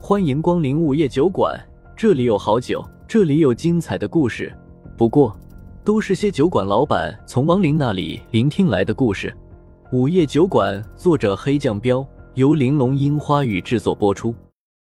欢迎光临午夜酒馆，这里有好酒，这里有精彩的故事。不过，都是些酒馆老板从亡灵那里聆听来的故事。午夜酒馆，作者黑酱标，由玲珑樱花雨制作播出。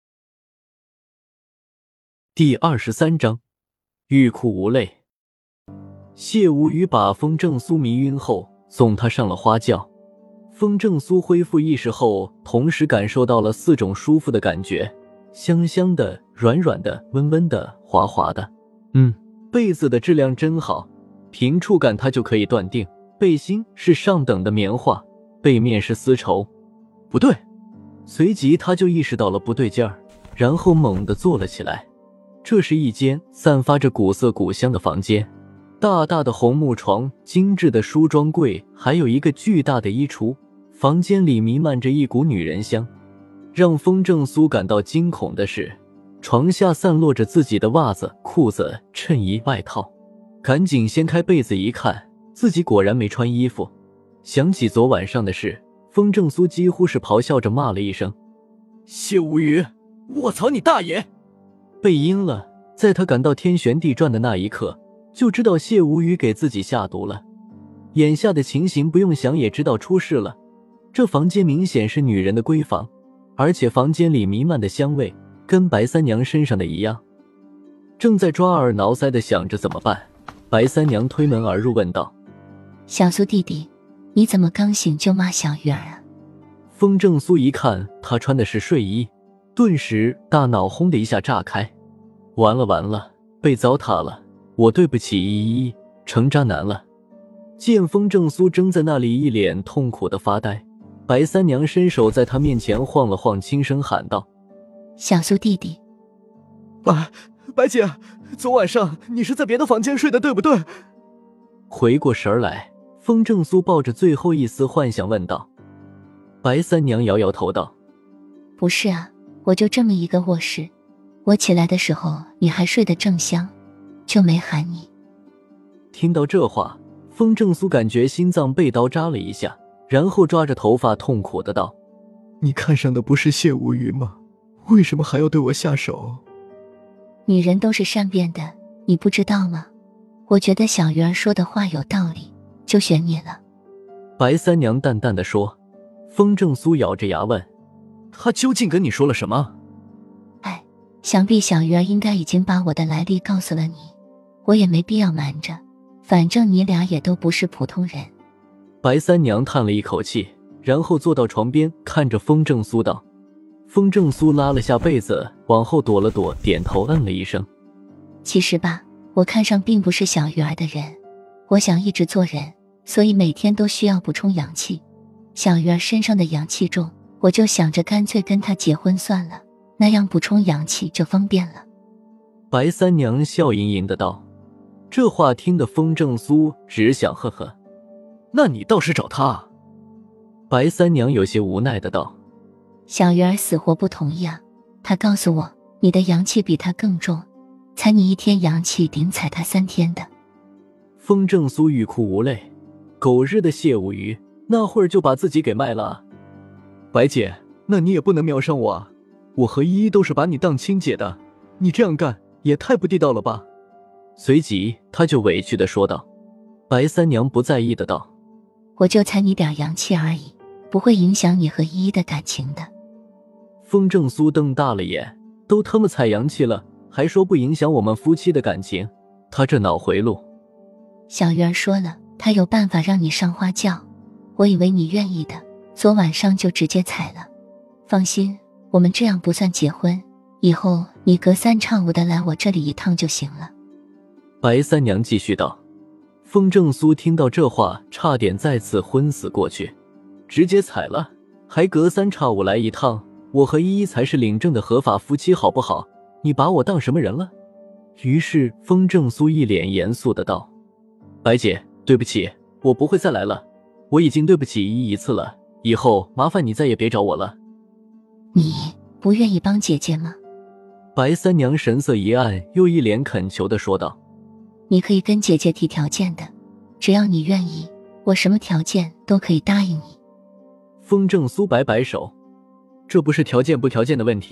第23章，欲哭无泪。谢无虞把风正苏迷晕后，送他上了花轿。风正苏恢复意识后，同时感受到了4种舒服的感觉，香香的、软软的、温温的、滑滑的。被子的质量真好，凭触感他就可以断定，背心是上等的棉花，背面是丝绸。不对，随即他就意识到了不对劲儿，然后猛地坐了起来。这是一间散发着古色古香的房间，大大的红木床，精致的梳妆柜，还有一个巨大的衣橱。房间里弥漫着一股女人香。让风正苏感到惊恐的是，床下散落着自己的袜子、裤子、衬衣、外套。赶紧掀开被子一看，自己果然没穿衣服。想起昨晚上的事，风正苏几乎是咆哮着骂了一声：谢无虞，我操你大爷！被阴了。在他感到天旋地转的那一刻，就知道谢无虞给自己下毒了。眼下的情形不用想也知道出事了。这房间明显是女人的闺房，而且房间里弥漫的香味跟白三娘身上的一样。正在抓耳挠腮地想着怎么办，白三娘推门而入问道： 小苏弟弟，你怎么刚醒就骂小鱼儿啊？ 风正苏一看她穿的是睡衣，顿时大脑轰的一下炸开。完了完了，被糟蹋了，我对不起依依，成渣男了。见风正苏正在那里一脸痛苦地发呆，白三娘伸手在他面前晃了晃，轻声喊道： 小苏弟弟。 白姐，昨晚上你是在别的房间睡的对不对？ 回过神来，风正苏抱着最后一丝幻想问道。白三娘摇摇头道： 不是啊，我就这么一个卧室，我起来的时候你还睡得正香，就没喊你。 听到这话，风正苏感觉心脏被刀扎了一下，然后抓着头发痛苦的道： 你看上的不是谢无虞吗？为什么还要对我下手？ 女人都是善变的，你不知道吗？我觉得小鱼儿说的话有道理，就选你了。 白三娘淡淡的说。风正苏咬着牙问：他究竟跟你说了什么？ 想必小鱼儿应该已经把我的来历告诉了你，我也没必要瞒着，反正你俩也都不是普通人。 白三娘叹了一口气，然后坐到床边，看着风正苏道。风正苏拉了下被子，往后躲了躲，点头嗯了一声。 其实吧，我看上并不是小鱼儿的人，我想一直做人，所以每天都需要补充阳气。小鱼儿身上的阳气重，我就想着干脆跟他结婚算了，那样补充阳气就方便了。 白三娘笑盈盈的道。这话听得风正苏只想呵呵。那你倒是找他啊。白三娘有些无奈的道。 小鱼儿死活不同意啊，他告诉我你的阳气比他更重，踩你1天阳气顶踩他3天的。 风正苏欲哭无泪，狗日的谢无虞，那会儿就把自己给卖了啊。 白姐，那你也不能瞄上我啊，我和依依都是把你当亲姐的，你这样干也太不地道了吧。 随即他就委屈地说道。白三娘不在意的道： 我就踩你点阳气而已，不会影响你和依依的感情的。 风正苏瞪大了眼，都他妈踩阳气了，还说不影响我们夫妻的感情，他这脑回路。 小鱼儿说了，他有办法让你上花轿，我以为你愿意的，昨晚上就直接踩了。放心，我们这样不算结婚，以后你隔3差5的来我这里一趟就行了。 白三娘继续道。风正苏听到这话，差点再次昏死过去。直接踩了，还隔3差5来一趟，我和依依才是领证的合法夫妻好不好？你把我当什么人了？于是风正苏一脸严肃的道：白姐，对不起，我不会再来了，我已经对不起依依1次了，以后麻烦你再也别找我了。 你不愿意帮姐姐吗？ 白三娘神色一暗，又一脸恳求地说道： 你可以跟姐姐提条件的，只要你愿意，我什么条件都可以答应你。 风正苏摆摆手：这不是条件不条件的问题，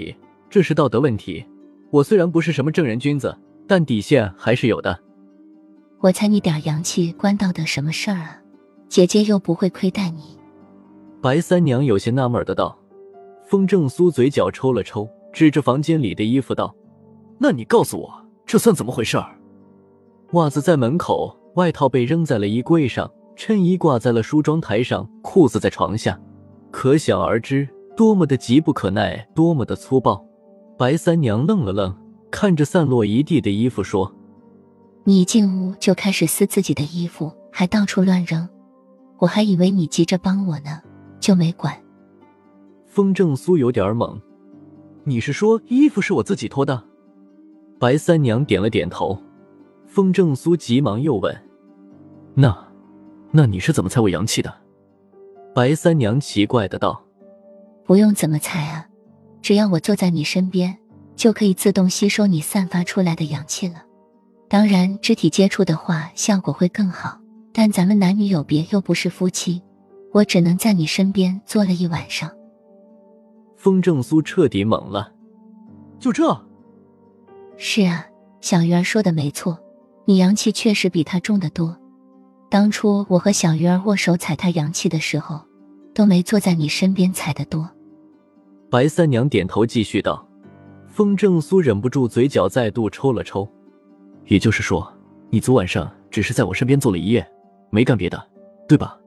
这是道德问题。我虽然不是什么正人君子，但底线还是有的。 我猜你点阳气关道德什么事儿啊？姐姐又不会亏待你。 白三娘有些纳闷的道。风正苏嘴角抽了抽，指着房间里的衣服道：那你告诉我，这算怎么回事儿？袜子在门口，外套被扔在了衣柜上，衬衣挂在了梳妆台上，裤子在床下，可想而知多么的急不可耐，多么的粗暴。白三娘愣了愣，看着散落一地的衣服说： 你一进屋就开始撕自己的衣服，还到处乱扔，我还以为你急着帮我呢，就没管。 风正苏有点懵，你是说衣服是我自己脱的？白三娘点了点头。风正苏急忙又问：那你是怎么猜我阳气的？白三娘奇怪的道： 不用怎么猜啊，只要我坐在你身边，就可以自动吸收你散发出来的阳气了。当然肢体接触的话效果会更好，但咱们男女有别，又不是夫妻，我只能在你身边坐了一晚上。 风正苏彻底懵了。就这？ 是啊，小鱼儿说的没错，你阳气确实比他重得多。当初我和小鱼儿握手踩他阳气的时候，都没坐在你身边踩得多。 白三娘点头继续道。风正苏忍不住嘴角再度抽了抽。也就是说，你昨晚上只是在我身边坐了一夜，没干别的，对吧？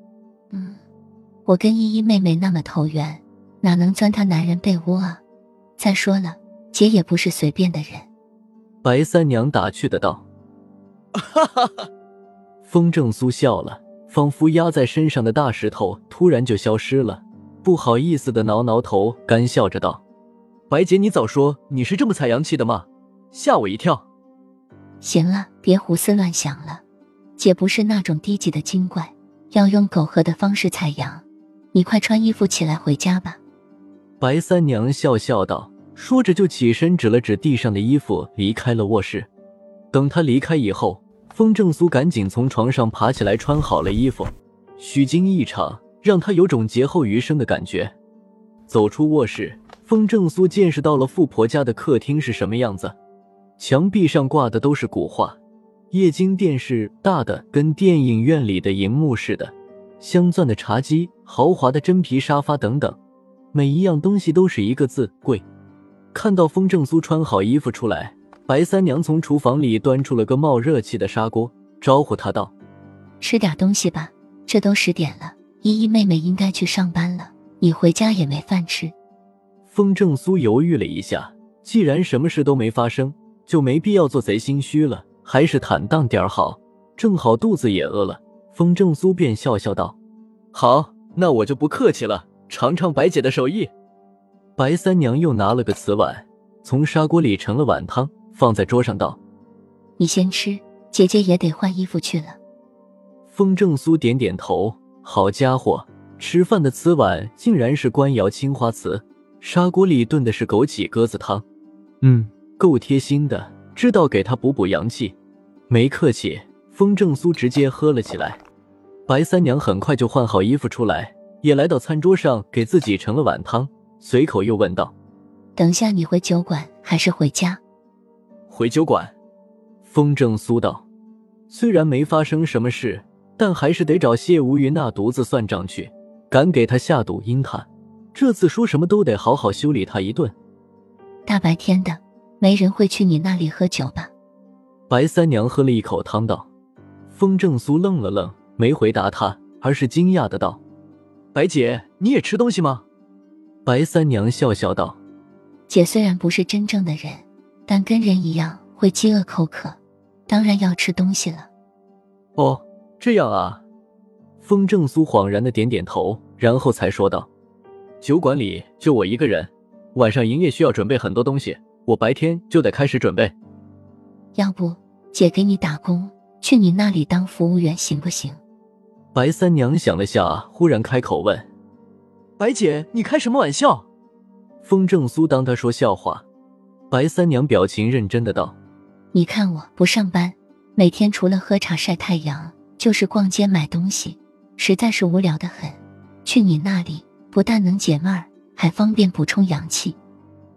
我跟依依妹妹那么投缘，哪能钻她男人被窝啊？再说了，姐也不是随便的人。 白三娘打趣的道。哈哈哈。风正苏笑了，仿佛压在身上的大石头突然就消失了，不好意思的挠挠头，干笑着道：白姐，你早说你是这么采阳气的吗？吓我一跳。 行了，别胡思乱想了，姐不是那种低级的精怪，要用苟合的方式采阳。你快穿衣服起来回家吧。 白三娘笑笑道，说着就起身指了指地上的衣服，离开了卧室。等她离开以后，风正苏赶紧从床上爬起来，穿好了衣服。虚惊一场，让她有种劫后余生的感觉。走出卧室，风正苏见识到了富婆家的客厅是什么样子。墙壁上挂的都是古画，液晶电视大的跟电影院里的荧幕似的，镶钻的茶几，豪华的真皮沙发等等，每一样东西都是一个字：贵。看到风正苏穿好衣服出来，白三娘从厨房里端出了个冒热气的砂锅，招呼她道： 吃点东西吧，这都10点了，依依妹妹应该去上班了，你回家也没饭吃。 风正苏犹豫了一下，既然什么事都没发生，就没必要做贼心虚了，还是坦荡点好。正好肚子也饿了，风正苏便笑笑道：好，那我就不客气了，尝尝白姐的手艺。白三娘又拿了个瓷碗，从砂锅里盛了碗汤，放在桌上道： 你先吃，姐姐也得换衣服去了。 风正苏点点头，好家伙，吃饭的瓷碗竟然是官窑青花瓷，砂锅里炖的是枸杞鸽子汤。够贴心的，知道给他补补阳气。没客气，风正苏直接喝了起来。白三娘很快就换好衣服出来，也来到餐桌上给自己盛了碗汤，随口又问道： 等下你回酒馆还是回家？ 回酒馆。风正苏道。虽然没发生什么事，但还是得找谢无鱼那犊子算账去，敢给他下赌阴他，这次说什么都得好好修理他一顿。 大白天的，没人会去你那里喝酒吧？ 白三娘喝了一口汤道。风正苏愣了愣，没回答他，而是惊讶的道：白姐，你也吃东西吗？白三娘笑笑道： 姐虽然不是真正的人，但跟人一样会饥饿口渴，当然要吃东西了。 哦，这样啊。风正苏恍然的点点头，然后才说道：酒馆里就我一个人，晚上营业需要准备很多东西，我白天就得开始准备。 要不姐给你打工，去你那里当服务员行不行？ 白三娘想了下，忽然开口问：白姐，你开什么玩笑？风正苏当他说笑话。白三娘表情认真的道： 你看我不上班，每天除了喝茶晒太阳，就是逛街买东西，实在是无聊得很。去你那里不但能解闷儿，还方便补充阳气。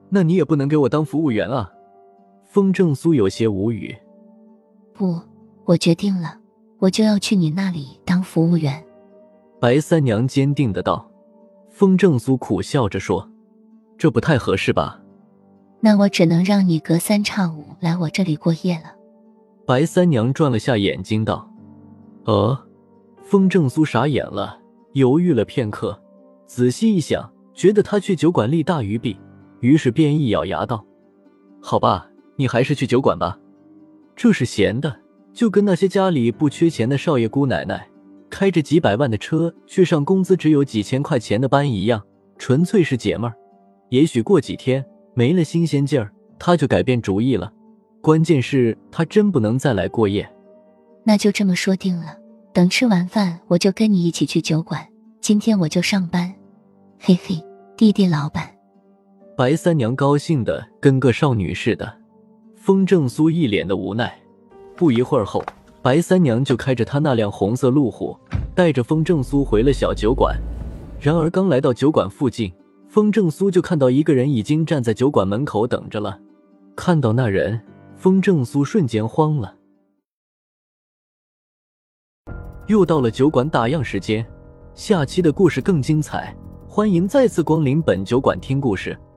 那你也不能给我当服务员啊。 风正苏有些无语。 不，我决定了，我就要去你那里当服务员。 白三娘坚定的道。风正苏苦笑着说，这不太合适吧？ 那我只能让你隔三差五来我这里过夜了。 白三娘转了下眼睛道。风正苏傻眼了，犹豫了片刻，仔细一想，觉得他去酒馆利大于弊，于是便一咬牙道，好吧，你还是去酒馆吧。这是闲的，就跟那些家里不缺钱的少爷姑奶奶开着几百万的车去上工资只有几千块钱的班一样，纯粹是解闷儿。也许过几天没了新鲜劲儿，他就改变主意了。关键是他真不能再来过夜。 那就这么说定了，等吃完饭我就跟你一起去酒馆，今天我就上班。嘿嘿，弟弟老板。 白三娘高兴的跟个少女似的，风正苏一脸的无奈。不一会儿后，白三娘就开着她那辆红色路虎，带着风正苏回了小酒馆。然而刚来到酒馆附近，风正苏就看到一个人已经站在酒馆门口等着了。看到那人，风正苏瞬间慌了。又到了酒馆打烊时间，下期的故事更精彩，欢迎再次光临本酒馆听故事。